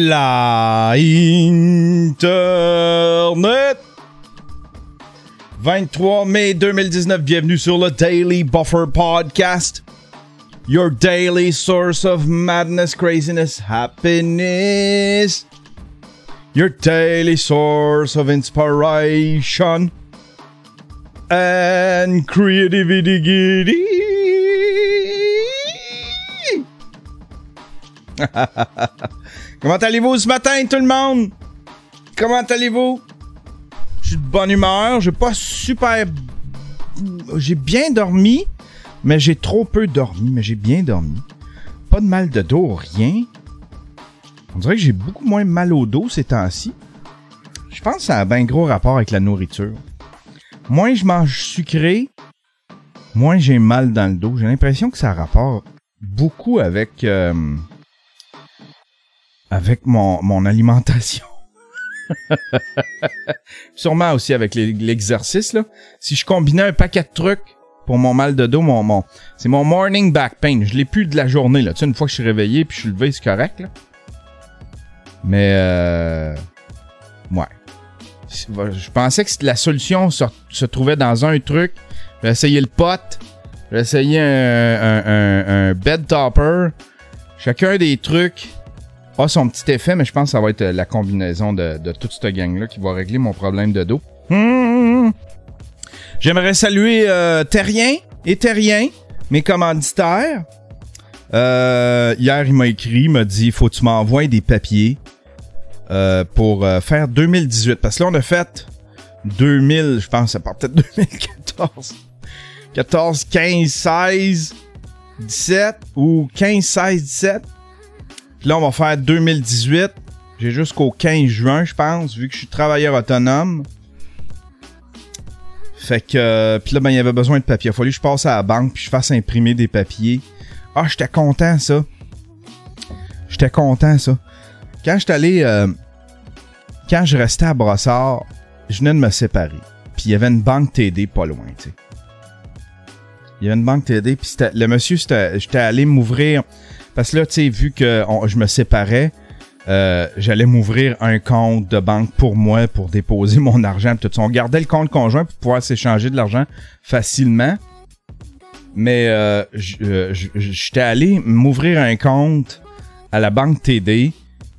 la Internet. 23 mai 2019, bienvenue sur le Daily Buffer Podcast. Your daily source of madness, craziness, happiness. Your daily source of inspiration and creativity. Comment allez-vous ce matin, tout le monde? Comment allez-vous? Je suis de bonne humeur. J'ai bien dormi, mais j'ai trop peu dormi. Mais j'ai bien dormi. Pas de mal de dos, rien. On dirait que j'ai beaucoup moins mal au dos ces temps-ci. Je pense que ça a bien gros rapport avec la nourriture. Moins je mange sucré, moins j'ai mal dans le dos. J'ai l'impression que ça a rapport beaucoup avec mon alimentation. Sûrement aussi avec l'exercice, là. Si je combinais un paquet de trucs pour mon mal de dos, c'est mon morning back pain. Je l'ai plus de la journée, là. Tu sais, une fois que je suis réveillé puis je suis levé, c'est correct, là. Mais, ouais. Je pensais que la solution se trouvait dans un truc. J'ai essayé le pot. J'ai essayé un bed topper. Chacun des trucs a son petit effet, mais je pense que ça va être la combinaison de toute cette gang-là qui va régler mon problème de dos. J'aimerais saluer Terrien et Terrien, mes commanditaires. Hier, il m'a écrit, il m'a dit « Faut que tu m'envoies des papiers pour faire 2018. » Parce que là, on a fait 2000, je pense, ça part peut-être 2014. 14, 15, 16, 17 ou 15, 16, 17. Puis là, on va faire 2018. J'ai jusqu'au 15 juin, je pense, vu que je suis travailleur autonome. Fait que... Puis là, ben, il y avait besoin de papier. Il a fallu que je passe à la banque puis je fasse imprimer des papiers. Ah, j'étais content, ça. Quand j'étais allé... quand je restais à Brossard, je venais de me séparer. Puis il y avait une banque TD pas loin, tu sais. Il y avait une banque TD, puis le monsieur, j'étais allé m'ouvrir... Parce que là, tu sais, vu que je me séparais, j'allais m'ouvrir un compte de banque pour moi, pour déposer mon argent. Tout ça. On gardait le compte conjoint pour pouvoir s'échanger de l'argent facilement. Mais j'étais allé m'ouvrir un compte à la banque TD.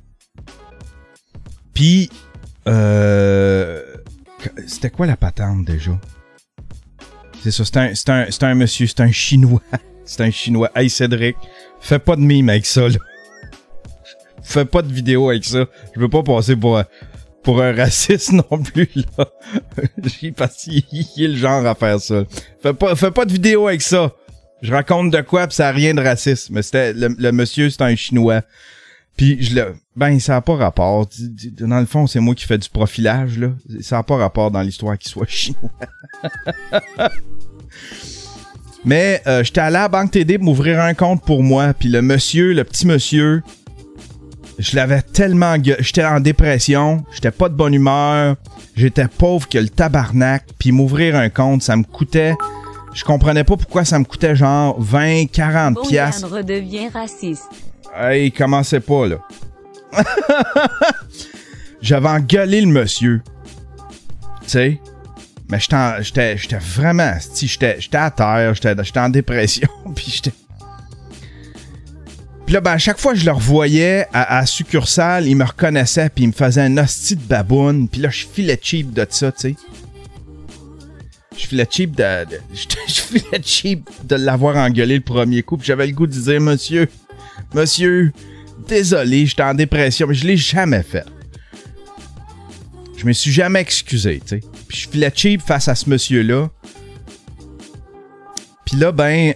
Puis, c'était quoi la patente déjà? C'est ça, c'est un monsieur, c'est un Chinois. C'est un Chinois. Hey Cédric, fais pas de mime avec ça, là. Fais pas de vidéo avec ça. Je veux pas passer pour un raciste non plus, là. Parce qu'il est le genre à faire ça. Fais pas de vidéo avec ça. Je raconte de quoi pis ça a rien de raciste. Mais c'était le monsieur, c'est un Chinois. Puis ça a pas rapport. Dans le fond, c'est moi qui fais du profilage, là. Ça a pas rapport dans l'histoire qu'il soit chinois. Mais j'étais allé à la banque TD pour m'ouvrir un compte pour moi. Puis le petit monsieur, je l'avais tellement... J'étais en dépression, j'étais pas de bonne humeur, j'étais pauvre que le tabarnak. Puis m'ouvrir un compte, ça me coûtait... Je comprenais pas pourquoi ça me coûtait genre 20, 40 piastres. Yann redevient raciste. Hey, commencez pas, là. J'avais engueulé le monsieur. Tu sais? Mais j'étais vraiment... J'étais à terre, j'étais en dépression, puis là, ben, à chaque fois que je le revoyais à succursale, il me reconnaissait, puis il me faisait un hostie de baboune, puis là, je filais cheap de ça, tu sais. Je filais cheap de l'avoir engueulé le premier coup, puis j'avais le goût de dire, monsieur, désolé, j'étais en dépression, mais je l'ai jamais fait. Je me suis jamais excusé, tu sais. Puis je filais cheap face à ce monsieur-là. Puis là, ben...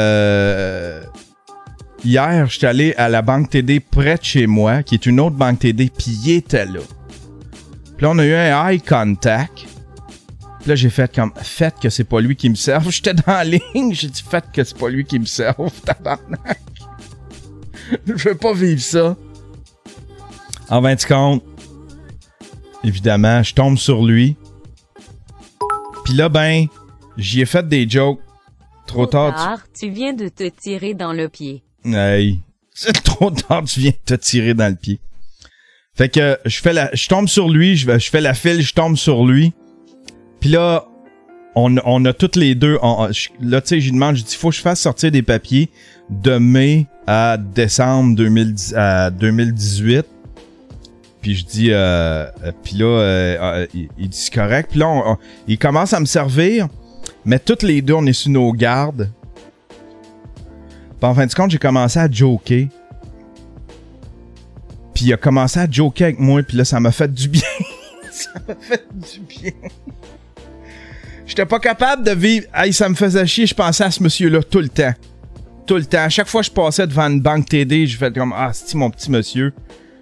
Hier, j'étais allé à la banque TD près de chez moi, qui est une autre banque TD, puis il était là. Puis là, on a eu un eye contact. Puis là, j'ai fait que c'est pas lui qui me serve. J'étais dans la ligne, j'ai dit, faites que c'est pas lui qui me serve, tabarnak. Je veux pas vivre ça. En 20 secondes, évidemment, je tombe sur lui. Puis là, ben, j'y ai fait des jokes. Trop tard. Tu viens de te tirer dans le pied. Hey, c'est trop tard, tu viens de te tirer dans le pied. Fait que je tombe sur lui, je fais la file, je tombe sur lui. Puis là, on a toutes les deux... là, tu sais, j'y demande, je dis, faut que je fasse sortir des papiers de mai à décembre 2018. Puis je dis... puis là, il dit, c'est correct. Puis là, il commence à me servir. Mais toutes les deux, on est sur nos gardes. Puis en fin de compte, j'ai commencé à joker. Puis il a commencé à joker avec moi. Puis là, ça m'a fait du bien. Ça m'a fait du bien. J'étais pas capable de vivre. Hey, ça me faisait chier. Je pensais à ce monsieur-là tout le temps. Tout le temps. À chaque fois que je passais devant une banque TD, je faisais comme, ah, c'est mon petit monsieur.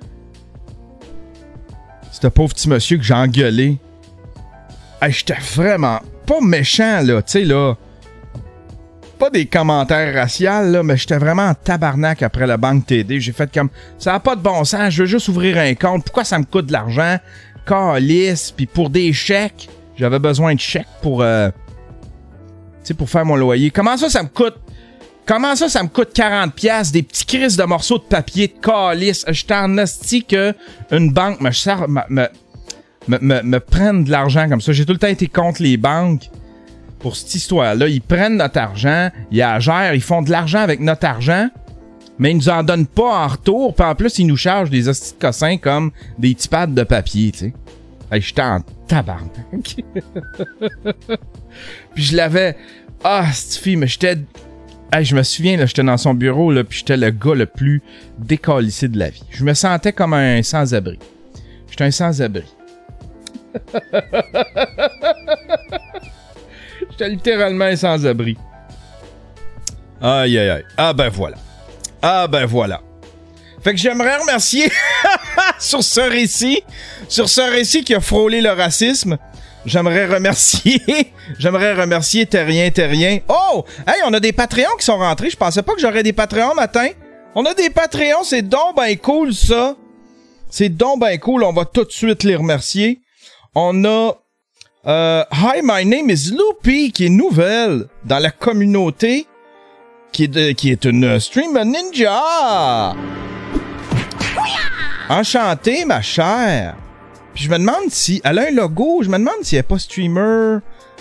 C'était pauvre petit monsieur que j'ai engueulé. Hey, j'étais vraiment pas méchant, là. Tu sais, là. Pas des commentaires raciaux, là, mais j'étais vraiment en tabarnak après la banque TD. J'ai fait comme, ça a pas de bon sens. Je veux juste ouvrir un compte. Pourquoi ça me coûte de l'argent? Calice. Puis pour des chèques. J'avais besoin de chèques pour, tu sais, pour faire mon loyer. Comment ça me coûte 40$, des petits crises de morceaux de papier de calice. J'étais en asti que une banque me prenne de l'argent comme ça. J'ai tout le temps été contre les banques pour cette histoire-là. Ils prennent notre argent, ils la gèrent, ils font de l'argent avec notre argent, mais ils nous en donnent pas en retour. Puis en plus, ils nous chargent des hosties de cossins comme des petits pads de papier, tu sais. Hey, j'étais en tabarnak. Puis je l'avais... Ah, cette fille, mais j'étais... Hey, je me souviens, là, j'étais dans son bureau, là, puis j'étais le gars le plus décalissé de la vie. Je me sentais comme un sans-abri. J'étais un sans-abri. J'étais littéralement un sans-abri. Aïe, aïe, aïe. Ah ben voilà. Ah ben voilà. Fait que j'aimerais remercier sur ce récit qui a frôlé le racisme. J'aimerais remercier Terrien. Oh! Hey, on a des Patreons qui sont rentrés. Je pensais pas que j'aurais des Patreons matin. On a des Patreons, c'est donc ben cool ça. C'est donc ben cool, on va tout de suite les remercier. On a Hi, my name is Loopy qui est nouvelle dans la communauté qui est une stream ninja. Enchantée, ma chère. Puis je me demande si elle a un logo. Je me demande si elle n'est pas streamer.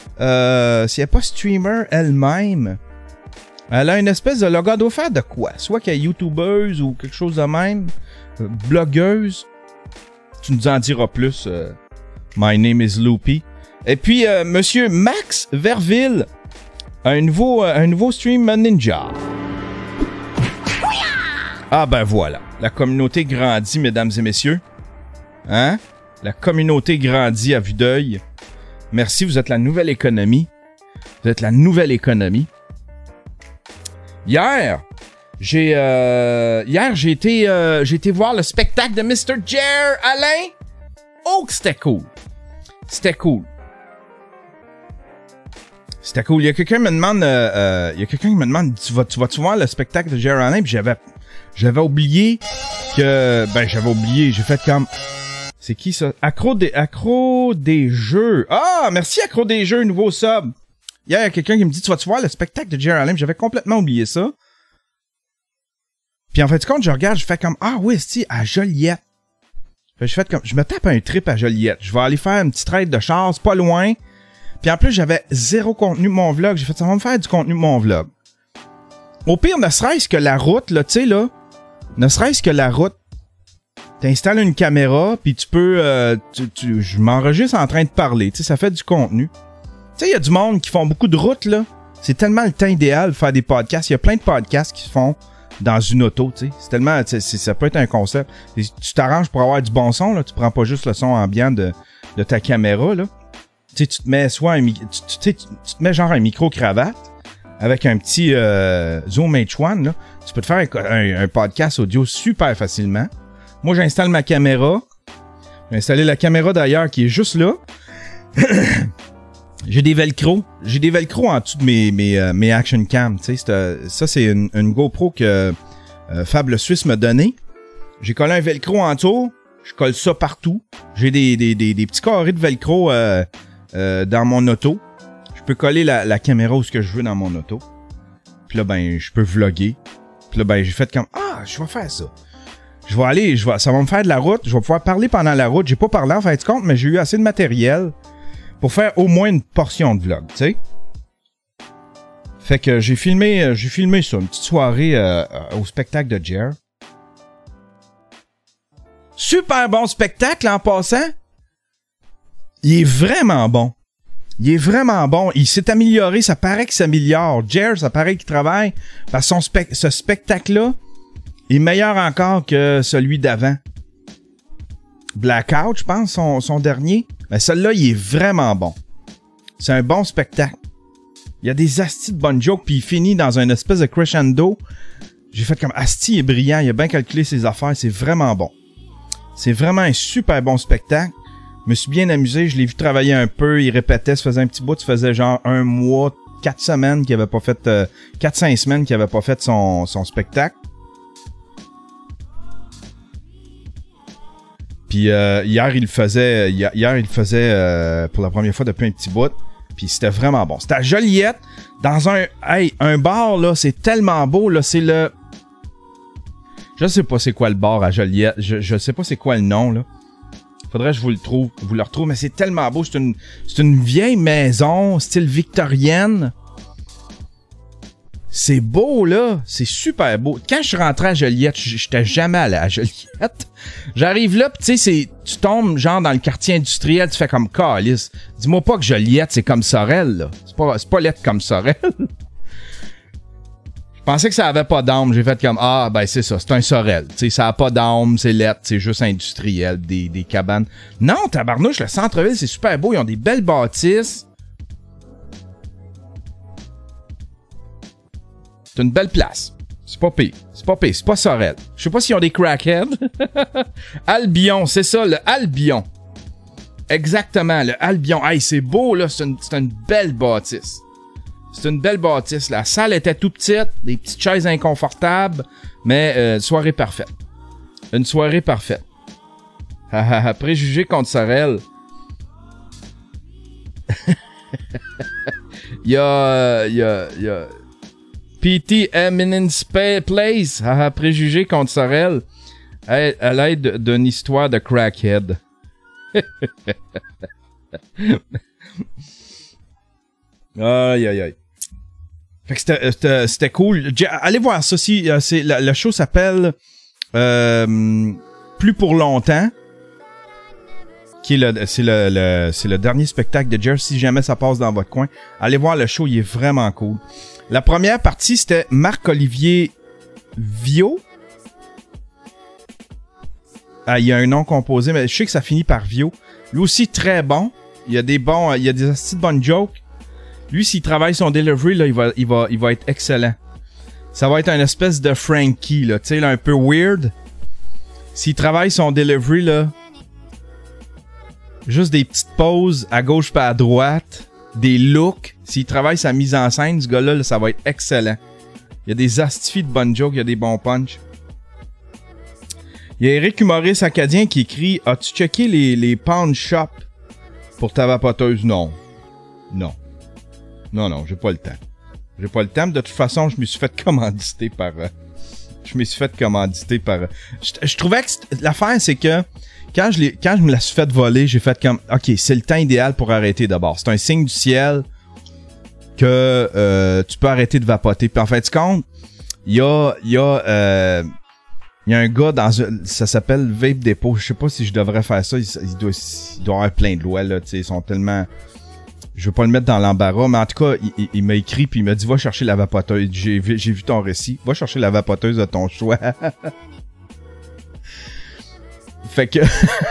Elle-même. Elle a une espèce de logo. Elle doit faire de quoi? Soit qu'elle est youtubeuse ou quelque chose de même. Blogueuse. Tu nous en diras plus. My name is Loopy. Et puis, monsieur Max Verville a un nouveau stream ninja. Ah ben voilà. La communauté grandit, mesdames et messieurs. Hein? La communauté grandit à vue d'œil. Merci, vous êtes la nouvelle économie. Vous êtes la nouvelle économie. Hier, j'ai été voir le spectacle de Mr. Jer Alain. Oh, que c'était cool. C'était cool. C'était cool. Il y a quelqu'un qui me demande, tu vas-tu voir le spectacle de Jer Alain? Puis j'avais oublié que, j'ai fait comme, c'est qui ça? Accro des jeux. Ah, merci Accro des jeux, nouveau sub. Hier, il y a quelqu'un qui me dit, tu vas-tu voir le spectacle de Jer Alain? J'avais complètement oublié ça. Puis en fait, quand je regarde, je fais comme, ah oui, c'est à Joliette. Je me tape un trip à Joliette. Je vais aller faire une petite traite de char, c'est pas loin. Puis en plus, j'avais zéro contenu de mon vlog. J'ai fait, ça va me faire du contenu de mon vlog. Au pire, ne serait-ce que la route, là, tu sais, là. Ne serait-ce que la route. T'installes une caméra, puis tu peux... je m'enregistre en train de parler. Tu sais, ça fait du contenu. Tu sais, il y a du monde qui font beaucoup de routes, là. C'est tellement le temps idéal de faire des podcasts. Il y a plein de podcasts qui se font dans une auto, tu sais. C'est tellement... ça peut être un concept. Et tu t'arranges pour avoir du bon son, là. Tu prends pas juste le son ambiant de ta caméra, là. Tu sais, tu te mets soit tu te mets genre un micro-cravate avec un petit Zoom H1, là. Tu peux te faire un podcast audio super facilement. Moi, j'installe ma caméra. J'ai installé la caméra d'ailleurs qui est juste là. J'ai des velcro. J'ai des velcro en dessous de mes action cam. Tu sais, ça, c'est une GoPro que Fable Suisse m'a donné. J'ai collé un velcro en dessous. Je colle ça partout. J'ai des petits carrés de velcro dans mon auto. Je peux coller la caméra où ce que je veux dans mon auto. Puis là, ben, je peux vlogger. Puis là, ben, j'ai fait comme, ah, je vais faire ça. ça va me faire de la route. Je vais pouvoir parler pendant la route. J'ai pas parlé en fin de compte, mais j'ai eu assez de matériel pour faire au moins une portion de vlog, tu sais. Fait que j'ai filmé ça, une petite soirée au spectacle de Jer. Super bon spectacle en passant. Il est vraiment bon. Il est vraiment bon. Il s'est amélioré. Ça paraît qu'il s'améliore. Jer, ça paraît qu'il travaille. Parce que ce spectacle-là est meilleur encore que celui d'avant. Blackout, je pense, son dernier. Mais celui-là, il est vraiment bon. C'est un bon spectacle. Il y a des astis de bonnes jokes, puis il finit dans une espèce de crescendo. J'ai fait comme Asti est brillant, il a bien calculé ses affaires, c'est vraiment bon. C'est vraiment un super bon spectacle. Je me suis bien amusé, je l'ai vu travailler un peu, il répétait, ça faisait un petit bout, ça faisait genre 1 mois, 4 semaines qu'il avait pas fait, 4-5 semaines qu'il avait pas fait son spectacle. Puis hier il le faisait pour la première fois depuis un petit bout. Puis c'était vraiment bon. C'était à Joliette, dans un bar, là, c'est tellement beau, là, c'est le... Je sais pas c'est quoi le bar à Joliette, je sais pas c'est quoi le nom, là. Faudrait que je vous le retrouve, mais c'est tellement beau, c'est une vieille maison, style victorienne. C'est beau, là, c'est super beau. Quand je suis rentré à Joliette, j'étais jamais allé à Joliette. J'arrive là, pis tu sais, tu tombes genre dans le quartier industriel, tu fais comme calice. Dis-moi pas que Joliette, c'est comme Sorel, là. C'est pas lettre comme Sorel. Je pensais que ça avait pas d'âme. J'ai fait comme, ben c'est ça, c'est un Sorel. Tu sais, ça a pas d'âme, c'est lettre, c'est juste industriel, des cabanes. Non, tabarnouche, le centre-ville, c'est super beau. Ils ont des belles bâtisses. C'est une belle place. C'est pas pire. C'est pas Sorel. Je sais pas s'ils ont des crackheads. Albion, c'est ça, le Albion. Exactement, le Albion. Hey, c'est beau, là. C'est une belle bâtisse. C'est une belle bâtisse. La salle était tout petite, des petites chaises inconfortables, mais soirée parfaite. Une soirée parfaite. Préjugé contre Sorel. Il y a P.T. Eminence Place, préjugé contre Sorel, à l'aide d'une histoire de crackhead. Aïe, aïe, aïe. Fait que c'était cool. Allez voir ça. Le show s'appelle Plus pour longtemps. C'est le dernier spectacle de Jer. Si jamais ça passe dans votre coin, allez voir le show, il est vraiment cool. La première partie, c'était Marc-Olivier Viau. Il y a un nom composé, mais je sais que ça finit par Viau. Lui aussi, très bon. Il y a des petites bonnes jokes. Lui, s'il travaille son delivery, là, il va être excellent. Ça va être une espèce de Frankie, là, tu sais, un peu weird. S'il travaille son delivery, là, juste des petites pauses à gauche pas à droite, des looks. S'il travaille sa mise en scène, ce gars-là, là, ça va être excellent. Il y a des astifies de bonnes jokes, il y a des bons punchs. Il y a Eric Humoriste Acadien qui écrit « As-tu checké les pawn shop pour ta vapoteuse? » Non. Non. Non, j'ai pas le temps. J'ai pas le temps. De toute façon, je me suis fait commanditer par... Je trouvais que l'affaire, c'est que quand je me la suis fait voler, j'ai fait comme, OK, c'est le temps idéal pour arrêter d'abord. C'est un signe du ciel que tu peux arrêter de vapoter. Puis en fait, compte, il y a un gars ça s'appelle Vape Depot. Je sais pas si je devrais faire ça. Il doit avoir plein de lois, là. Tu sais, ils sont tellement... Je veux pas le mettre dans l'embarras, mais en tout cas, il m'a écrit puis il m'a dit, va chercher la vapoteuse. J'ai vu ton récit. Va chercher la vapoteuse de ton choix. Fait que...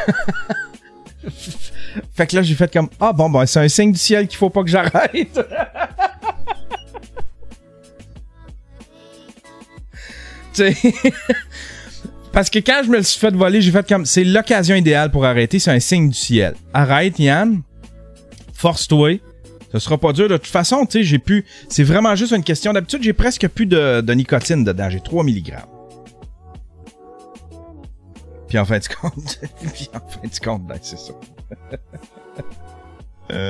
fait que là, j'ai fait comme, bon, c'est un signe du ciel qu'il faut pas que j'arrête. Tu sais... Parce que quand je me le suis fait voler, j'ai fait comme, c'est l'occasion idéale pour arrêter, c'est un signe du ciel. Arrête, Yann. Force-toi. Ce sera pas dur. De toute façon, tu sais, c'est vraiment juste une question. D'habitude, j'ai presque plus de nicotine dedans. J'ai 3 mg. Puis en fin de compte, ben, c'est ça.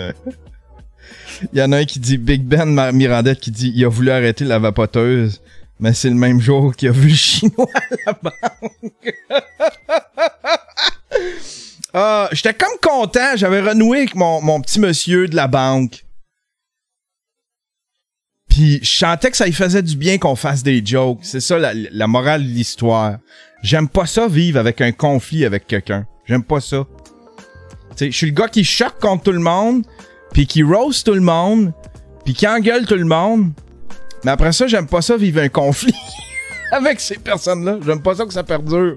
Il y en a un qui dit, Big Ben Mirandette qui dit, il a voulu arrêter la vapoteuse. Mais c'est le même jour qu'il a vu le Chinois à la banque. J'étais comme content. J'avais renoué avec mon petit monsieur de la banque. Puis je sentais que ça lui faisait du bien qu'on fasse des jokes. C'est ça la morale de l'histoire. J'aime pas ça vivre avec un conflit avec quelqu'un. J'aime pas ça. Tu sais, je suis le gars qui choque contre tout le monde, puis qui roast tout le monde, puis qui engueule tout le monde. Mais après ça, j'aime pas ça vivre un conflit avec ces personnes-là. J'aime pas ça que ça perdure.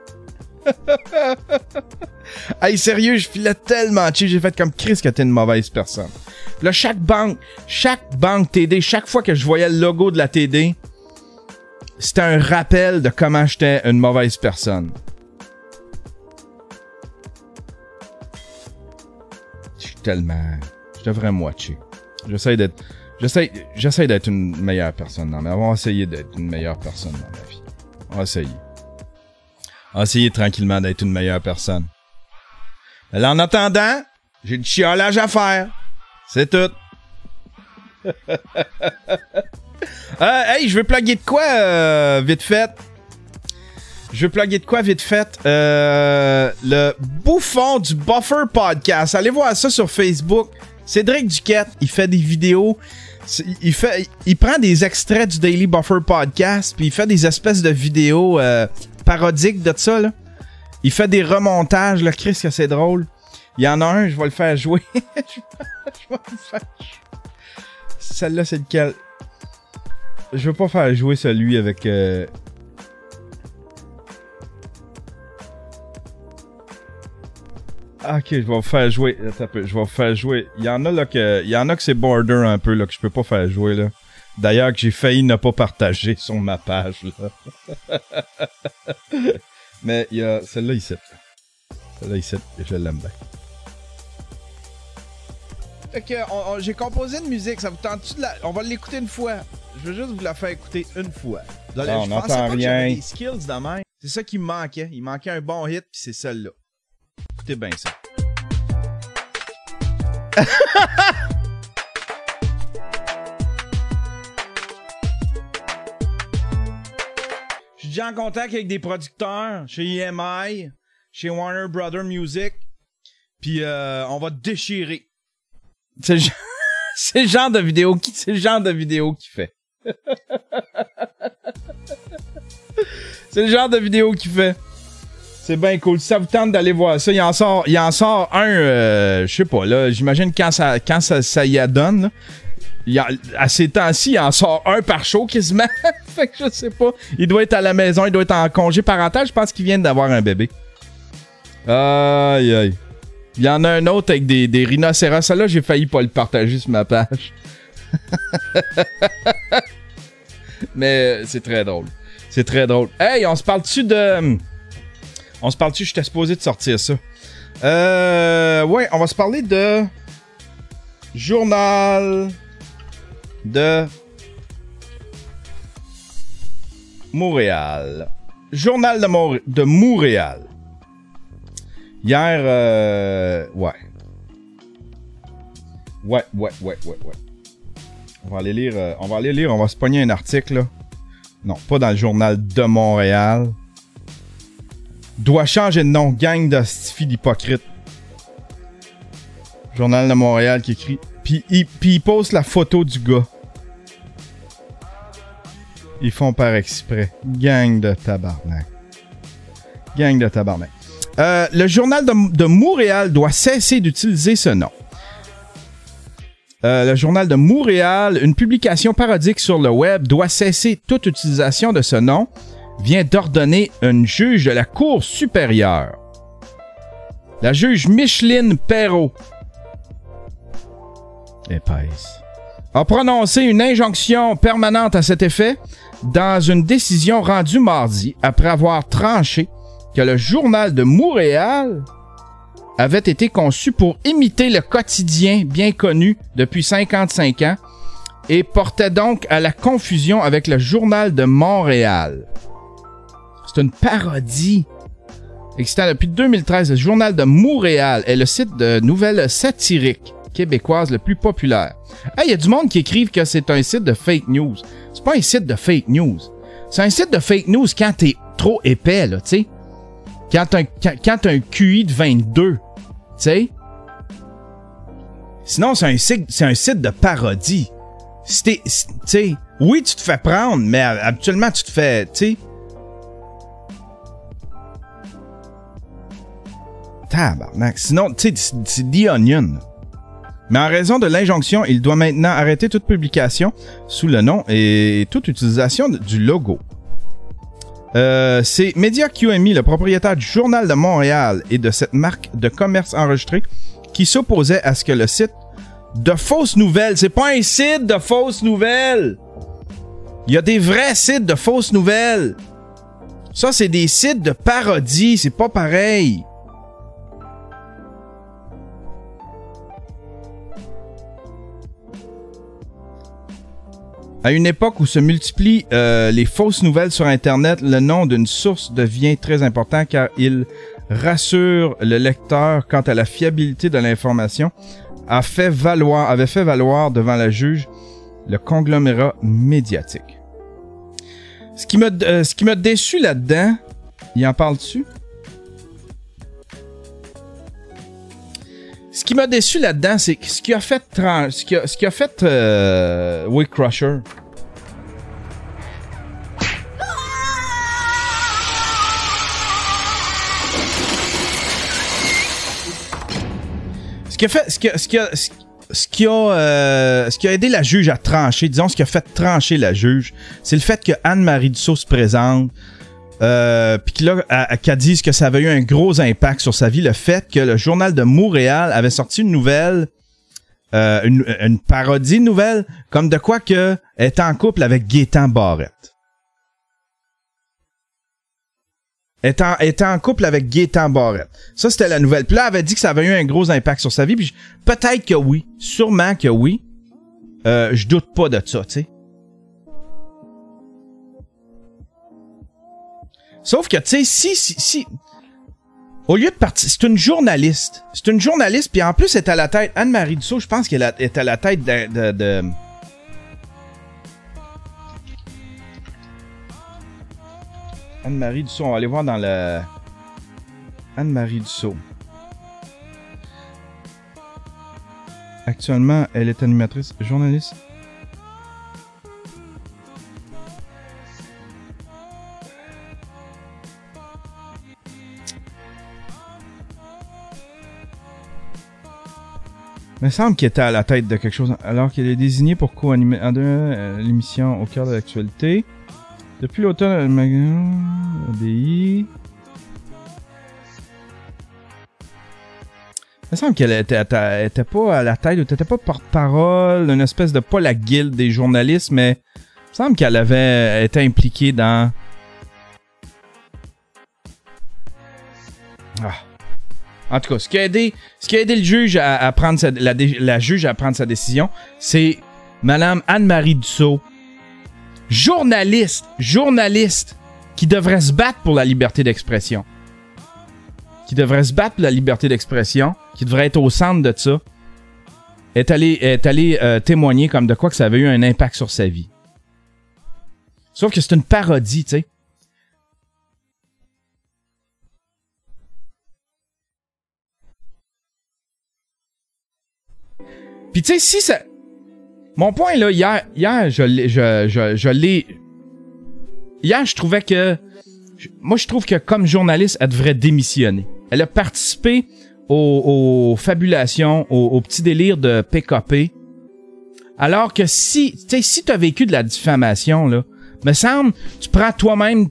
Hey, sérieux, je filais tellement cheap, j'ai fait comme Chris que t'es une mauvaise personne. Puis là, chaque banque TD, chaque fois que je voyais le logo de la TD, c'était un rappel de comment j'étais une mauvaise personne. Je devrais me watcher. J'essaie d'être une meilleure personne dans ma vie. On va essayer d'être une meilleure personne dans ma vie. On va essayer. On va essayer tranquillement d'être une meilleure personne. Mais là, en attendant, j'ai du chiolage à faire. C'est tout. Hey, je veux plugger de quoi, vite fait. Le bouffon du Buffer Podcast. Allez voir ça sur Facebook. Cédric Duquette, il fait des vidéos. Il prend des extraits du Daily Buffer Podcast, puis il fait des espèces de vidéos parodiques de ça, là. Il fait des remontages, là. Chris, que c'est drôle. Il y en a un, je vais le faire jouer. Je vais le faire jouer. Celle-là, c'est lequel? Je veux pas faire jouer celui avec... Ok, je vais vous faire jouer. Attends un peu, je vais vous faire jouer. Il y en a que c'est border un peu, là, que je peux pas faire jouer, là. D'ailleurs, que j'ai failli ne pas partager sur ma page, là. Mais il y a celle-là ici. Celle-là ici, je l'aime bien. Fait que j'ai composé une musique, ça vous tente-tu de la... On va l'écouter une fois. Je veux juste vous la faire écouter une fois. Non, je pensais pas que j'avais des skills de même. C'est ça qui me manquait. Il manquait un bon hit, puis c'est celle-là. Écoutez bien ça. Je suis déjà en contact avec des producteurs chez EMI, chez Warner Brothers Music, puis on va déchirer. C'est le genre de vidéo qu'il fait. C'est le genre de vidéo qu'il fait. C'est bien cool. Si ça vous tente d'aller voir ça, il en sort un, je sais pas, là, j'imagine quand ça y adonne, là. À ces temps-ci, il en sort un par show quasiment. Fait que je sais pas. Il doit être à la maison, il doit être en congé parental. Je pense qu'il vient d'avoir un bébé. Aïe, aïe. Il y en a un autre avec des rhinocéros. Ça là, j'ai failli pas le partager sur ma page. Mais c'est très drôle. C'est très drôle. Hey, on se parle-tu, j'étais supposé de sortir ça. Ouais, on va se parler de Journal de Montréal. Journal de Montréal. Hier, ouais. On va aller lire, on va se pogner un article, là. Non, pas dans le Journal de Montréal. Doit changer de nom, gang de stifis d'hypocrites. Journal de Montréal qui écrit. Puis il poste la photo du gars. Ils font par exprès. Gang de tabarnak. Le Journal de Montréal doit cesser d'utiliser ce nom. Le Journal de Montréal, une publication parodique sur le web, doit cesser toute utilisation de ce nom, vient d'ordonner une juge de la Cour supérieure. La juge Micheline Perrault, épaisse, a prononcé une injonction permanente à cet effet dans une décision rendue mardi après avoir tranché que le Journal de Montréal avait été conçu pour imiter le quotidien bien connu depuis 55 ans et portait donc à la confusion avec le Journal de Montréal. C'est une parodie. Existant depuis 2013, le Journal de Montréal est le site de nouvelles satiriques québécoises le plus populaire. Il y a du monde qui écrivent que c'est un site de fake news. C'est pas un site de fake news. C'est un site de fake news quand t'es trop épais, là, tu sais. Quand t'as un QI de 22, tu sais. Sinon, c'est un site de parodie. Tu sais, oui, tu te fais prendre, mais habituellement, tu te fais, tu sais. Tabarnak. Sinon, tu sais, c'est The Onion. Mais en raison de l'injonction, il doit maintenant arrêter toute publication sous le nom et toute utilisation du logo. C'est Media QMI, le propriétaire du Journal de Montréal et de cette marque de commerce enregistrée, qui s'opposait à ce que le site de fausses nouvelles... C'est pas un site de fausses nouvelles! Il y a des vrais sites de fausses nouvelles! Ça, c'est des sites de parodie, c'est pas pareil! À une époque où se multiplient les fausses nouvelles sur Internet, le nom d'une source devient très important car il rassure le lecteur quant à la fiabilité de l'information, avait fait valoir devant la juge le conglomérat médiatique. Ce qui m'a déçu là-dedans, il en parle dessus? Ce qui m'a déçu là-dedans, c'est ce qui a fait Will Crusher. Ce qui a aidé la juge à trancher, disons ce qui a fait trancher la juge, c'est le fait que Anne-Marie Dussault se présente, puis qu'elle dise que ça avait eu un gros impact sur sa vie, le fait que le Journal de Montréal avait sorti une nouvelle, une parodie de nouvelle, comme de quoi que elle était en couple avec Gaétan Barrette. Elle était en couple avec Gaétan Barrette. Ça, c'était la nouvelle. Puis là, elle avait dit que ça avait eu un gros impact sur sa vie. Puis peut-être que oui. Sûrement que oui. Je doute pas de ça, tu sais. Sauf que, tu sais, si... Au lieu de partir... C'est une journaliste. Puis en plus, elle est à la tête... Anne-Marie Dussault, je pense qu'elle est à la tête de... Anne-Marie Dussault, on va aller voir dans le... Anne-Marie Dussault. Actuellement, elle est animatrice, journaliste. Il me semble qu'elle était à la tête de quelque chose, alors qu'elle est désignée pour co-animer l'émission au cœur de l'actualité. Depuis l'automne, le magasin ADI. Il me semble qu'elle était pas à la tête, ou t'étais pas porte-parole, une espèce de, pas la guilde des journalistes, mais il me semble qu'elle avait été impliquée dans... En tout cas, ce qui a aidé le juge à prendre la juge à prendre sa décision, c'est Madame Anne-Marie Dussault, journaliste, qui devrait se battre pour la liberté d'expression. Qui devrait être au centre de ça, est allé témoigner comme de quoi que ça avait eu un impact sur sa vie. Sauf que c'est une parodie, tu sais. Puis tu sais, si ça... Mon point, là, hier, je l'ai... Hier, je trouvais que... Moi, je trouve que comme journaliste, elle devrait démissionner. Elle a participé aux fabulations, aux petits délires de PKP. Alors que si t'as vécu de la diffamation, là, me semble, tu prends toi-même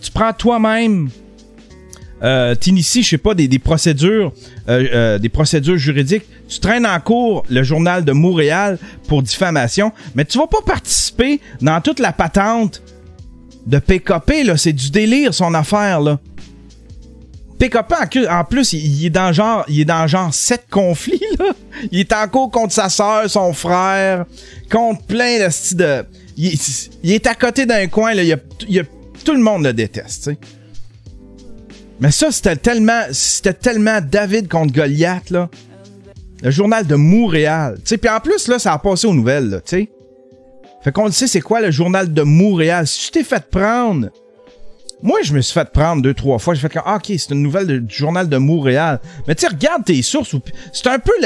t'inities, je sais pas, des procédures juridiques. Tu traînes en cours le Journal de Montréal pour diffamation, mais tu vas pas participer dans toute la patente de PKP, là. C'est du délire, son affaire, là. PKP, en plus, il est dans genre 7 conflits, là. Il est en cours contre sa sœur, son frère, contre plein de styles de... Il est à côté d'un coin, là. Tout le monde le déteste, tu sais. Mais ça, c'était tellement David contre Goliath, là. Le Journal de Montréal. Tu sais, puis en plus, là, ça a passé aux nouvelles, là, tu sais. Fait qu'on le sait, c'est quoi le journal de Montréal. Si tu t'es fait prendre... Moi, je me suis fait prendre 2-3 fois. J'ai fait comme, ah, OK, c'est une nouvelle du journal de Montréal. Mais tu sais, regarde tes sources. C'est un peu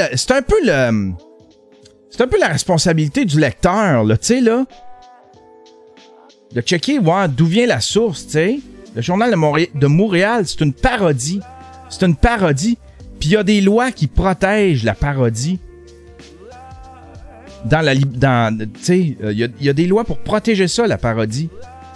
la responsabilité du lecteur, là, tu sais, là. De checker, ouais, d'où vient la source, tu sais. Le journal de Montréal, c'est une parodie. C'est une parodie. Puis il y a des lois qui protègent la parodie. Tu sais, il y a des lois pour protéger ça, la parodie.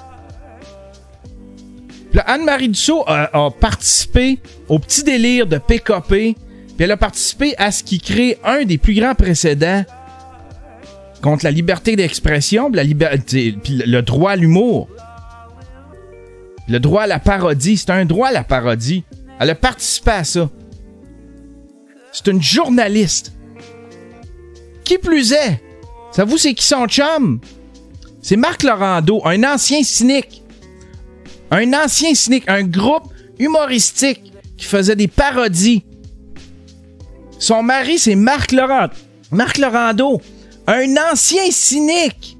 Puis là, Anne-Marie Dussault a participé au petit délire de PKP. Puis elle a participé à ce qui crée un des plus grands précédents contre la liberté d'expression, puis le droit à l'humour. Le droit à la parodie. C'est un droit à la parodie. Elle a participé à ça. C'est une journaliste. Qui plus est, savez-vous c'est qui son chum? C'est Marc Laurando, un ancien cynique. Un ancien cynique, un groupe humoristique qui faisait des parodies. Son mari, c'est Marc Laurando, un ancien cynique.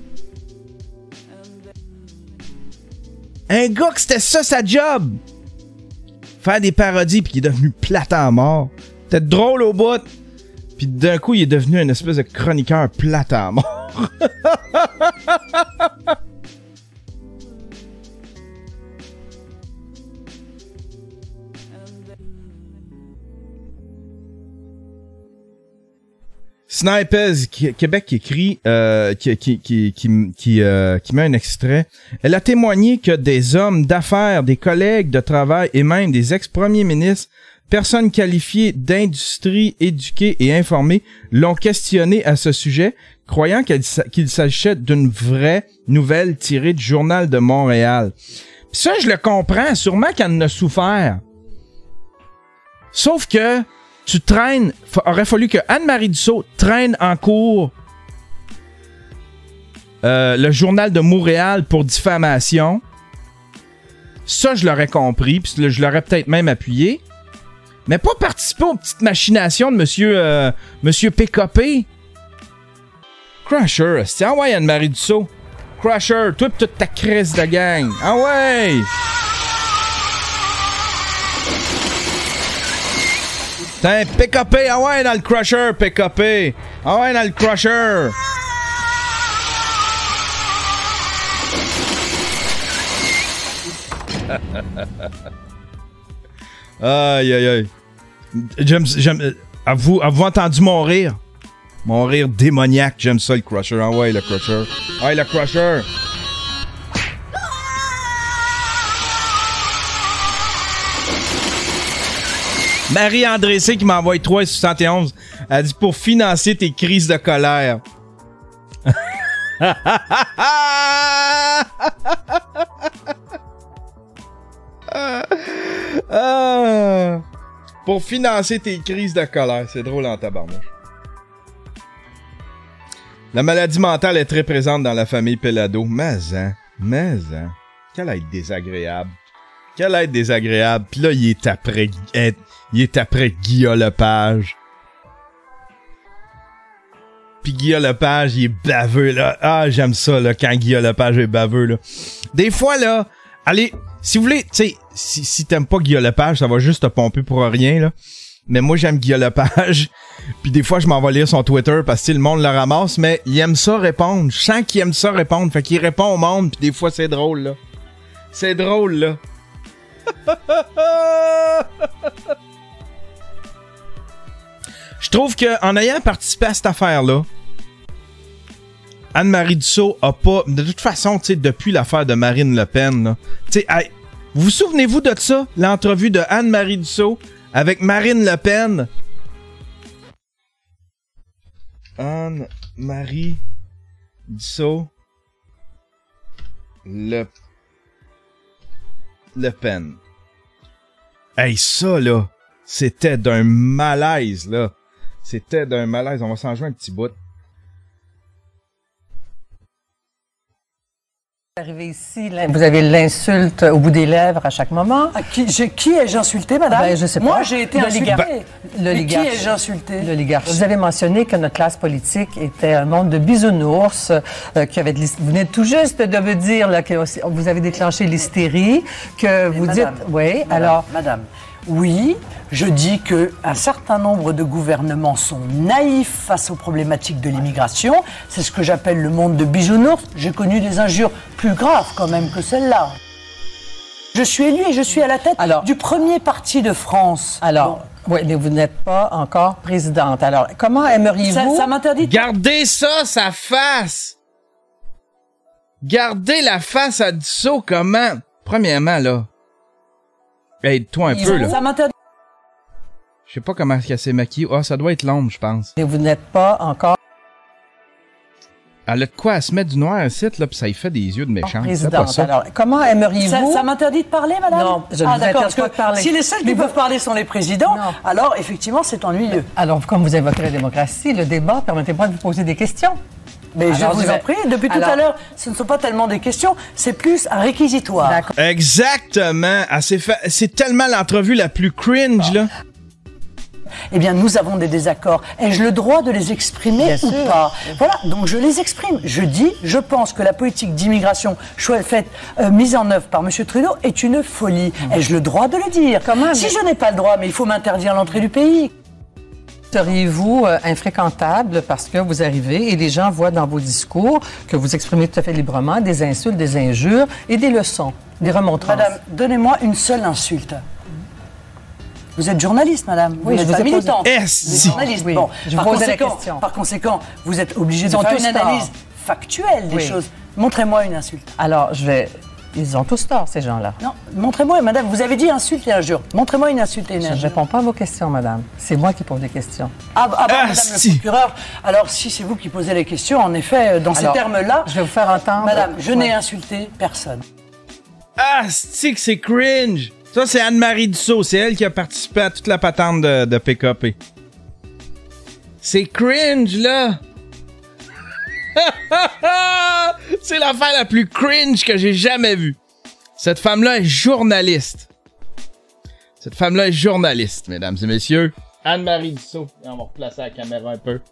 Un gars que c'était ça sa job. Faire des parodies puis qui est devenu plate à mort. Peut-être drôle au bout. Puis d'un coup, il est devenu une espèce de chroniqueur plate à mort. Snipers Québec qui écrit, qui met un extrait. Elle a témoigné que des hommes d'affaires, des collègues de travail et même des ex-premiers ministres, personnes qualifiées d'industrie, éduquées et informées, l'ont questionné à ce sujet, croyant qu'il s'agissait d'une vraie nouvelle tirée du Journal de Montréal. Pis ça, je le comprends, sûrement qu'elle en a souffert. Sauf que tu traînes, aurait fallu que Anne-Marie Dussault traîne en cours le Journal de Montréal pour diffamation. Ça, je l'aurais compris, puis je l'aurais peut-être même appuyé. Mais pas participer aux petites machinations de monsieur PKP. Crusher, c'est ah ouais, Anne-Marie Dussault. Crusher, toi pis toute ta crise de gang. Ah ouais! T'es un PKP, ah ouais, dans le Crusher, PKP. Ah ouais, dans le Crusher. Aïe, aïe, aïe. Avez-vous entendu mon rire? Mon rire démoniaque, j'aime ça, le Crusher. Ah ouais, le Crusher. Ah ouais, le Crusher. Marie-André C qui m'envoie 3,71. Elle dit pour financer tes crises de colère. Pour financer tes crises de colère. C'est drôle en tabarnouche. La maladie mentale est très présente dans la famille Pelado. Mais qu'elle être désagréable. Qu'elle être désagréable. Puis là, il est après Guillaume Lepage. Puis Guillaume Lepage, il est baveux, là. Ah, j'aime ça, là, quand Guillaume Lepage est baveux, là. Des fois, là, allez, si vous voulez, tu sais, si t'aimes pas Guillaume Lepage, ça va juste te pomper pour rien, là. Mais moi, j'aime Guillaume Lepage. Puis des fois, je m'en vais lire son Twitter parce que le monde le ramasse, mais il aime ça répondre. Je sens qu'il aime ça répondre. Fait qu'il répond au monde, puis des fois, c'est drôle, là. C'est drôle, là. Je trouve que en ayant participé à cette affaire-là, Anne-Marie Dussault a pas... De toute façon, tu sais, depuis l'affaire de Marine Le Pen, là, tu sais, vous vous souvenez-vous de ça? L'entrevue de Anne-Marie Dussault avec Marine Le Pen? Anne-Marie Dussault Le Pen. Hey, ça, là, c'était d'un malaise, là. C'était d'un malaise. On va s'en jouer un petit bout. Arrivé ici, vous avez l'insulte au bout des lèvres à chaque moment. Qui ai-je insulté, madame? Ben, je sais pas. Moi, j'ai été insulté. L'oligarque. Qui ai-je insulté? L'oligarque. Vous avez mentionné que notre classe politique était un monde de bisounours, vous venez tout juste de me dire là, que vous avez déclenché l'hystérie, que vous madame, dites... Oui, alors... Madame, oui, je dis qu'un certain nombre de gouvernements sont naïfs face aux problématiques de l'immigration. C'est ce que j'appelle le monde de bisounours. J'ai connu des injures plus graves quand même que celle-là. Je suis élue et je suis à la tête du premier parti de France. Alors, oui, mais vous n'êtes pas encore présidente. Alors, comment aimeriez-vous... Ça m'interdit... Gardez ça, sa face! Gardez la face à Dussault, comment? Premièrement, là... Aide-toi un peu, là. Ça m'interdit... Je sais pas comment elle s'est maquillée. Ah, ça doit être l'ombre, je pense. Et vous n'êtes pas encore... Elle a de quoi? Elle se met du noir ici, là, puis ça y fait des yeux de méchant. Présidente, alors, comment aimeriez-vous... Ça m'interdit de parler, madame? Non, je ne vous interdis pas de parler. Si les seuls qui peuvent parler sont les présidents, alors, effectivement, c'est ennuyeux. Alors, comme vous évoquez la démocratie, le débat, permettez-moi de vous poser des questions. Mais je vous en prie, depuis tout à l'heure, ce ne sont pas tellement des questions, c'est plus un réquisitoire. D'accord. Exactement. C'est tellement l'entrevue la plus cringe, là. Eh bien, nous avons des désaccords. Ai-je le droit de les exprimer ou pas? Voilà, donc je les exprime. Je pense que la politique d'immigration mise en œuvre par M. Trudeau est une folie. Ai-je le droit de le dire? Si je n'ai pas le droit, mais il faut m'interdire l'entrée du pays. Seriez-vous infréquentable parce que vous arrivez et les gens voient dans vos discours que vous exprimez tout à fait librement des insultes, des injures et des leçons, des remontrances? Madame, donnez-moi une seule insulte. Vous êtes journaliste, madame. Oui, vous êtes militante. Vous êtes journaliste. Oui, bon, je vous posais la question. Par conséquent, vous êtes obligé de faire une analyse factuelle des choses. Montrez-moi une insulte. Alors, ils ont tous tort, ces gens-là. Non, montrez-moi, madame. Vous avez dit insulte et injure. Montrez-moi une insulte et une injure. Je ne réponds pas à vos questions, madame. C'est moi qui pose des questions. Madame le procureur. Alors, si c'est vous qui posez les questions, en effet, dans ces termes-là... Je vais vous faire entendre... Madame, je n'ai insulté personne. C'est cringe! Ça, c'est Anne-Marie Dussault. C'est elle qui a participé à toute la patente de PKP. C'est cringe, là! C'est l'affaire la plus cringe que j'ai jamais vue. Cette femme-là est journaliste. Cette femme-là est journaliste, mesdames et messieurs. Anne-Marie Dussault. Et on va replacer la caméra un peu.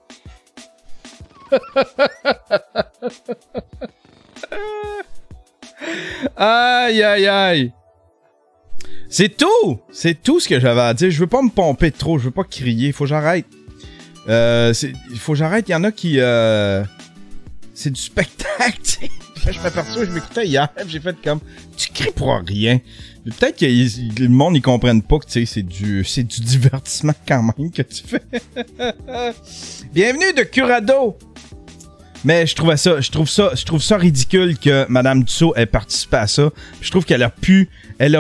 Aïe, aïe, aïe. C'est tout! C'est tout ce que j'avais à dire. Je veux pas me pomper trop, je veux pas crier. Faut que j'arrête. Il faut que j'arrête. Il y en a qui... C'est du spectacle, tu sais. Je m'aperçois, je m'écoutais hier, j'ai fait comme... Tu cries pour rien. Peut-être que le monde, ils comprennent pas que, tu sais, c'est du divertissement quand même que tu fais. Bienvenue de Curado! Mais je trouve ça ridicule que Mme Dussault ait participé à ça. Je trouve qu'elle a pu... Elle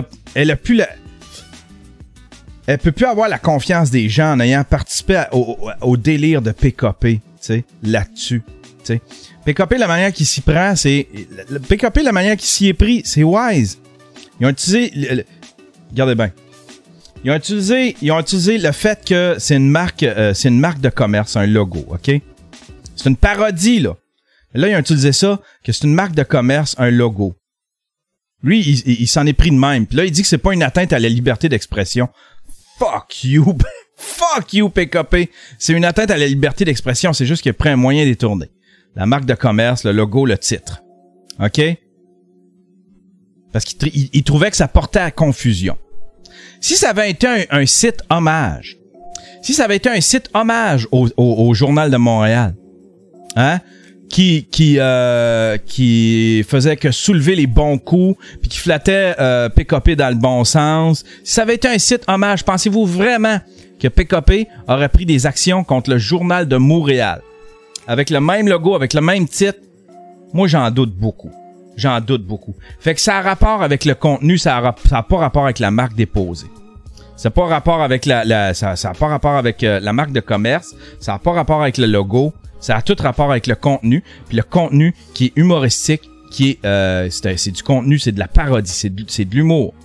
peut plus avoir la confiance des gens en ayant participé au délire de PKP, tu sais, là-dessus, tu sais. PKP, la manière qu'il s'y prend, c'est... PKP, la manière qu'il s'y est pris, c'est wise. Ils ont utilisé... Regardez bien. Ils ont utilisé le fait que c'est une marque de commerce, un logo, OK? C'est une parodie, là. Là, ils ont utilisé ça, que c'est une marque de commerce, un logo. Lui, il s'en est pris de même. Puis là, il dit que c'est pas une atteinte à la liberté d'expression. Fuck you! Fuck you, PKP! C'est une atteinte à la liberté d'expression, c'est juste qu'il a pris un moyen détourné. La marque de commerce, le logo, le titre. OK? Parce qu'il trouvait que ça portait à confusion. Si ça avait été un site hommage, au Journal de Montréal, hein? Qui faisait que soulever les bons coups puis qui flattait PKP dans le bon sens. Si ça avait été un site hommage, pensez-vous vraiment que PKP aurait pris des actions contre le Journal de Montréal avec le même logo, avec le même titre? Moi, j'en doute beaucoup. Fait que ça a rapport avec le contenu, ça a pas rapport avec la marque déposée. Ça n'a pas rapport avec ça a pas rapport avec la marque de commerce, ça n'a pas rapport avec le logo. Ça a tout rapport avec le contenu, puis le contenu qui est humoristique, qui est c'est du contenu, c'est de la parodie, c'est de l'humour.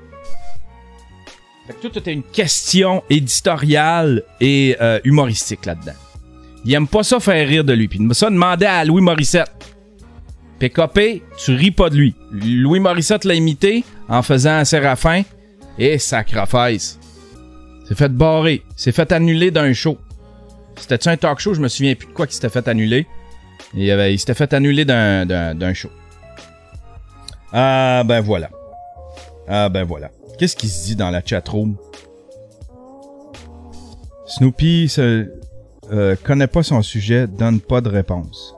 Fait que tout est une question éditoriale et humoristique là-dedans. Il aime pas ça faire rire de lui, puis ça demandait à Louis Morissette. PKP, tu ris pas de lui. Louis Morissette l'a imité en faisant un Séraphin. Et sacrifice. C'est fait barrer. C'est fait annuler d'un show. C'était-tu un talk show? Je me souviens plus de quoi qui s'était fait annuler. Il s'était fait annuler d'un show. Ah ben voilà. Qu'est-ce qui se dit dans la chatroom? Snoopy connaît pas son sujet, donne pas de réponse.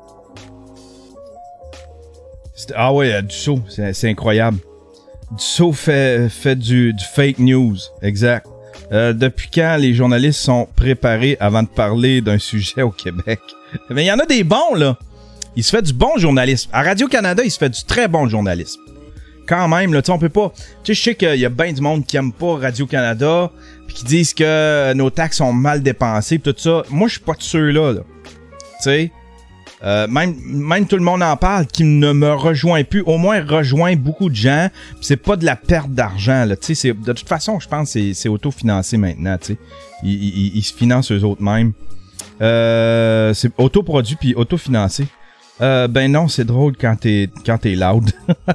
Ah ouais, Dussault, c'est incroyable. Dussault fait du fake news, exact. Depuis quand les journalistes sont préparés avant de parler d'un sujet au Québec? Mais il y en a des bons, là. Il se fait du bon journalisme. À Radio-Canada, il se fait du très bon journalisme. Quand même, là, tu sais, on peut pas... Tu sais, je sais qu'il y a bien du monde qui aime pas Radio-Canada, puis qui disent que nos taxes sont mal dépensées, pis tout ça. Moi, je suis pas de ceux-là, là. Tu sais... même tout le monde en parle, qui ne me rejoint plus, au moins rejoint beaucoup de gens, pis c'est pas de la perte d'argent, là, tu sais, de toute façon, je pense que c'est autofinancé maintenant, tu sais, ils se financent eux autres mêmes, c'est autoproduit puis autofinancé, ben non, c'est drôle quand t'es loud,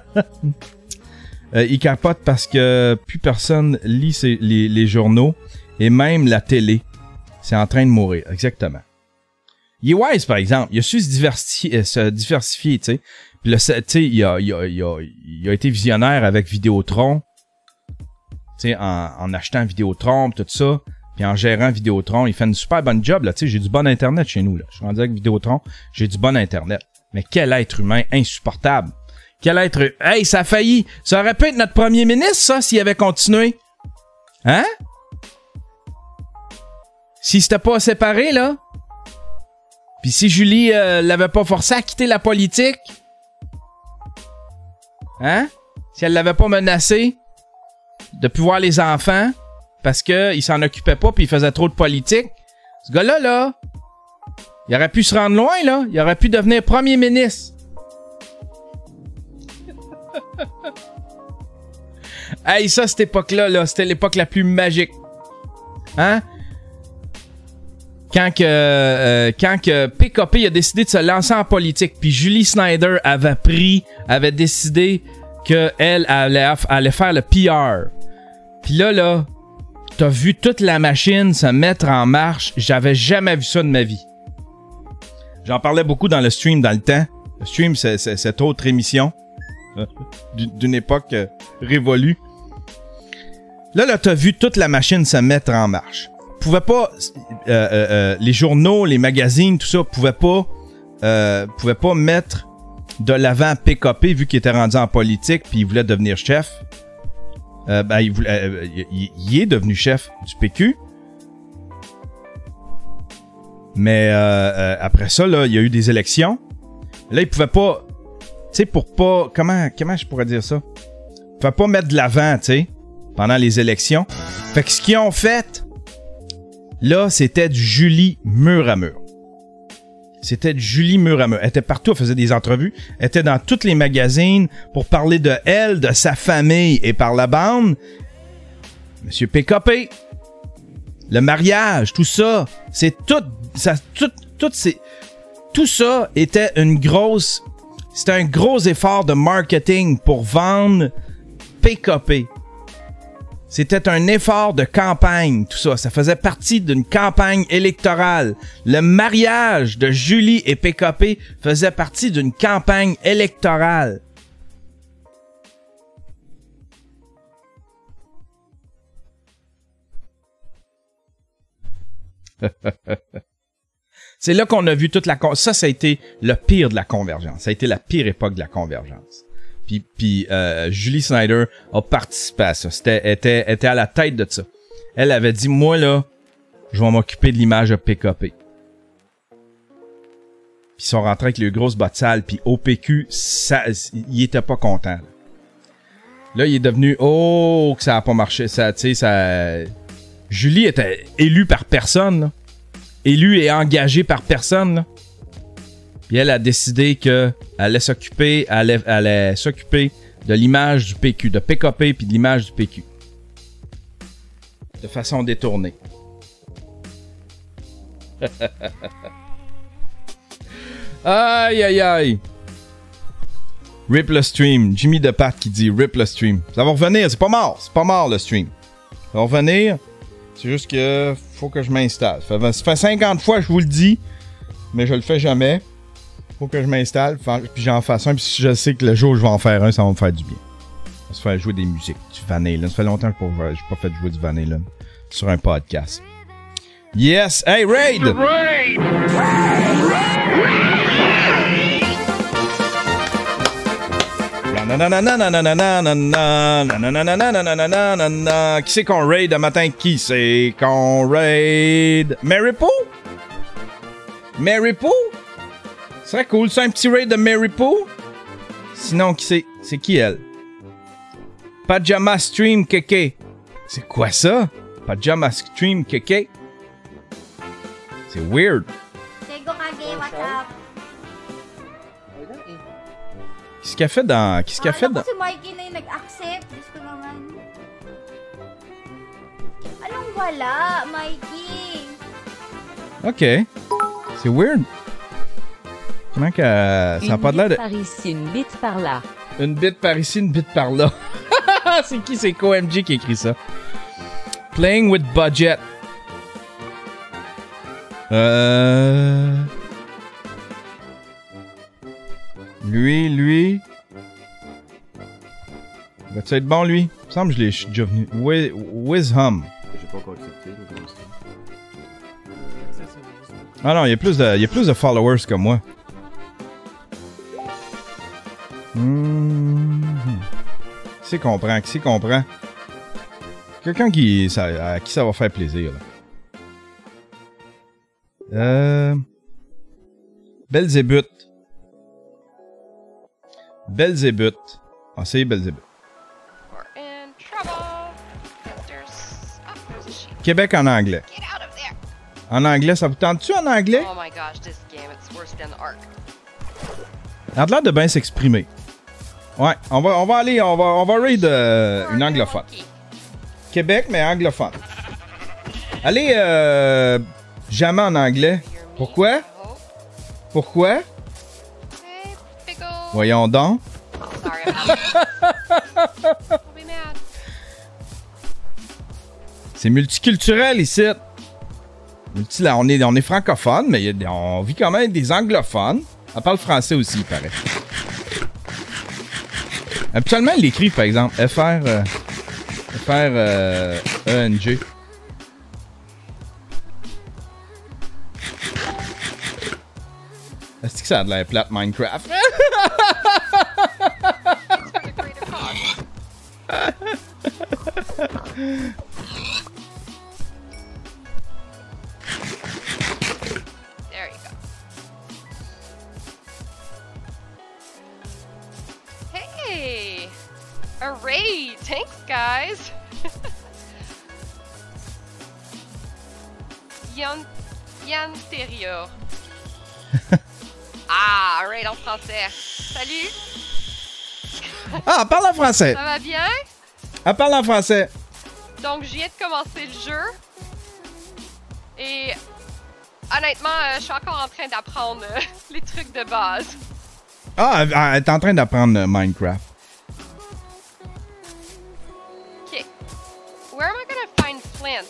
ils capotent parce que plus personne lit les journaux, et même la télé, c'est en train de mourir, exactement. Il est wise, par exemple. Il a su se diversifier, tu sais. Puis tu sais, il a été visionnaire avec Vidéotron. Tu sais, en achetant Vidéotron, tout ça. Puis en gérant Vidéotron, il fait une super bonne job, là. Tu sais, j'ai du bon Internet chez nous, là. Je suis rendu avec Vidéotron, j'ai du bon Internet. Mais quel être humain insupportable. Quel être... Hey, ça a failli. Ça aurait pu être notre premier ministre, ça, s'il avait continué. Hein? S'il s'était pas séparé, là. Puis si Julie l'avait pas forcé à quitter la politique, hein? Si elle l'avait pas menacé de plus voir les enfants parce que il s'en occupait pas puis il faisait trop de politique, ce gars-là, là, il aurait pu se rendre loin, là. Il aurait pu devenir premier ministre. Hey, ça, cette époque-là, là, c'était l'époque la plus magique. Hein? Quand que PKP a décidé de se lancer en politique, puis Julie Snyder avait décidé qu'elle allait faire le PR. Puis là, t'as vu toute la machine se mettre en marche. J'avais jamais vu ça de ma vie. J'en parlais beaucoup dans le stream dans le temps. Le stream, c'est cette autre émission d'une époque révolue. Là, t'as vu toute la machine se mettre en marche. Pouvaient pas les journaux, les magazines, tout ça pouvaient pas mettre de l'avant PKP vu qu'il était rendu en politique puis il voulait devenir chef. Il est devenu chef du PQ. Mais après ça, là, il y a eu des élections. Là, il pouvait pas, tu sais, pour pas, comment je pourrais dire ça? Il pouvait pas mettre de l'avant, tu sais, pendant les élections. Fait que ce qu'ils ont fait, là, c'était du Julie mur à mur. C'était du Julie mur à mur. Elle était partout, elle faisait des entrevues. Elle était dans tous les magazines pour parler de elle, de sa famille et par la bande. Monsieur PKP, le mariage, tout ça, c'est tout ça était c'était un gros effort de marketing pour vendre PKP. C'était un effort de campagne, tout ça. Ça faisait partie d'une campagne électorale. Le mariage de Julie et PKP faisait partie d'une campagne électorale. C'est là qu'on a vu toute la... Ça a été le pire de la convergence. Ça a été la pire époque de la convergence. Puis Julie Snyder a participé à ça. était à la tête de ça. Elle avait dit, moi là, je vais m'occuper de l'image de PKP. Puis ils sont rentrés avec les grosses bottes sales. Puis au PQ, il était pas content. Là, il est devenu, que ça a pas marché. Ça, tu sais, ça... Julie était élue par personne, là. Élue et engagée par personne, là. Puis elle a décidé qu'elle allait s'occuper de l'image du PQ, de PKP puis de l'image du PQ. De façon détournée. Aïe, aïe, aïe. Rip le stream. Jimmy DePat qui dit rip le stream. Ça va revenir, c'est pas mort. C'est pas mort le stream. Ça va revenir. C'est juste que faut que je m'installe. Ça fait 50 fois que je vous le dis, mais je le fais jamais. Faut que je m'installe, puis j'en fasse un. Puis si je sais que le jour où je vais en faire un, ça va me faire du bien. Ça va se faire jouer des musiques, du Van Halen. Ça fait longtemps que j'ai pas fait jouer du Van Halen sur un podcast. Yes! Hey, Raid! Qui c'est qu'on raid le matin? Qui c'est qu'on raid? Mary-Poo? Mary-Poo? Ce serait cool, c'est un petit raid de Mary-Poo? Sinon, qui c'est? C'est qui elle? Pajama Stream Keke. C'est quoi ça? Pajama Stream Keke? C'est weird. Qu'est-ce qu'elle fait dans... Qu'est-ce qu'elle fait dans... Si Mikey na yung nag-accept. Diyos ko naman. Anong wala, Mikey? Ok. C'est weird. Comment que... Ça a pas de l'air de... Une bite par ici, une bite par là. Une bite par ici, une bite par là. C'est qui? C'est KOMG qui écrit ça. Playing with budget. Lui. Va-tu être bon, lui? Il me semble que je suis déjà venu. Wizhum. J'ai pas encore accepté. Ah non, il y a plus de followers que moi. Qui c'est comprend? Quelqu'un à qui ça va faire plaisir, là. Belzébuth. Ah, c'est Belzébuth. Québec en anglais. En anglais, ça vous tente-tu en anglais? Oh my gosh, this game, it's worse than Ark. Il a l'air de bien s'exprimer. Ouais, on va raid une anglophone. Québec, mais anglophone. Allez, jamais en anglais. Pourquoi? Voyons donc. Sorry about that. I'll be mad. C'est multiculturel ici. On est francophone, mais on vit quand même des anglophones. On parle français aussi, il paraît. Habituellement, ils l'écrivent, par exemple. F-R-E-N-G. Est-ce que ça a de l'air plate, Minecraft? There you go. Hey! A raid! Thanks, guys! Yanterior. Ah, un raid en français. Salut! Ah, elle parle en français. Ça va bien? Elle parle en français. Donc, je viens de commencer le jeu. Et honnêtement, je suis encore en train d'apprendre les trucs de base. Ah, elle est en train d'apprendre Minecraft. Ok. Where am I gonna find Flint?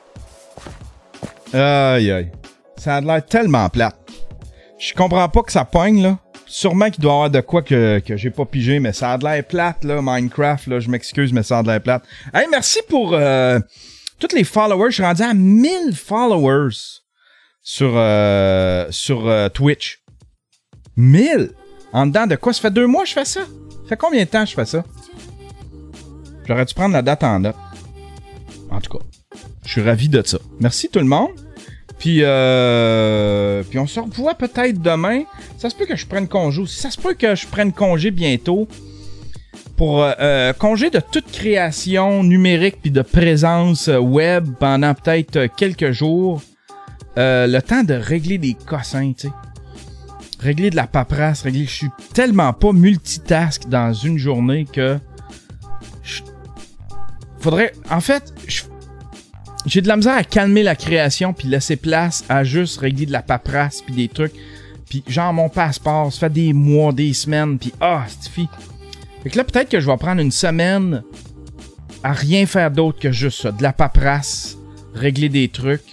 Aïe, aïe. Ça a l'air tellement plate. Je comprends pas que ça pogne, là. Sûrement qu'il doit y avoir de quoi que j'ai pas pigé, mais ça a de l'air plate, là, Minecraft, là. Je m'excuse, mais ça a de l'air plate. Hey, merci pour tous les followers. Je suis rendu à 1000 followers sur Twitch. 1000! En dedans de quoi? Ça fait 2 mois que je fais ça? Ça fait combien de temps que je fais ça? J'aurais dû prendre la date en note. En tout cas, je suis ravi de ça. Merci tout le monde. Puis on se revoit peut-être demain. Ça se peut que je prenne congé aussi. Ça se peut que je prenne congé bientôt. Pour congé de toute création numérique puis de présence web pendant peut-être quelques jours. Le temps de régler des cossins, tu sais. Régler de la paperasse, je suis tellement pas multitask dans une journée que... Faudrait... En fait, j'ai de la misère à calmer la création puis laisser place à juste régler de la paperasse puis des trucs. Puis genre, mon passeport, ça fait des mois, des semaines, puis c'est fille. Fait que là, peut-être que je vais prendre une semaine à rien faire d'autre que juste ça. De la paperasse, régler des trucs.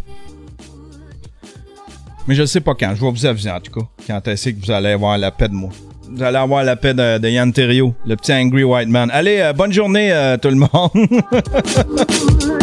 Mais je sais pas quand. Je vais vous aviser en tout cas. Quand est-ce que vous allez avoir la paix de moi. Vous allez avoir la paix de Yann Terriot, le petit Angry White Man. Allez, bonne journée tout le monde.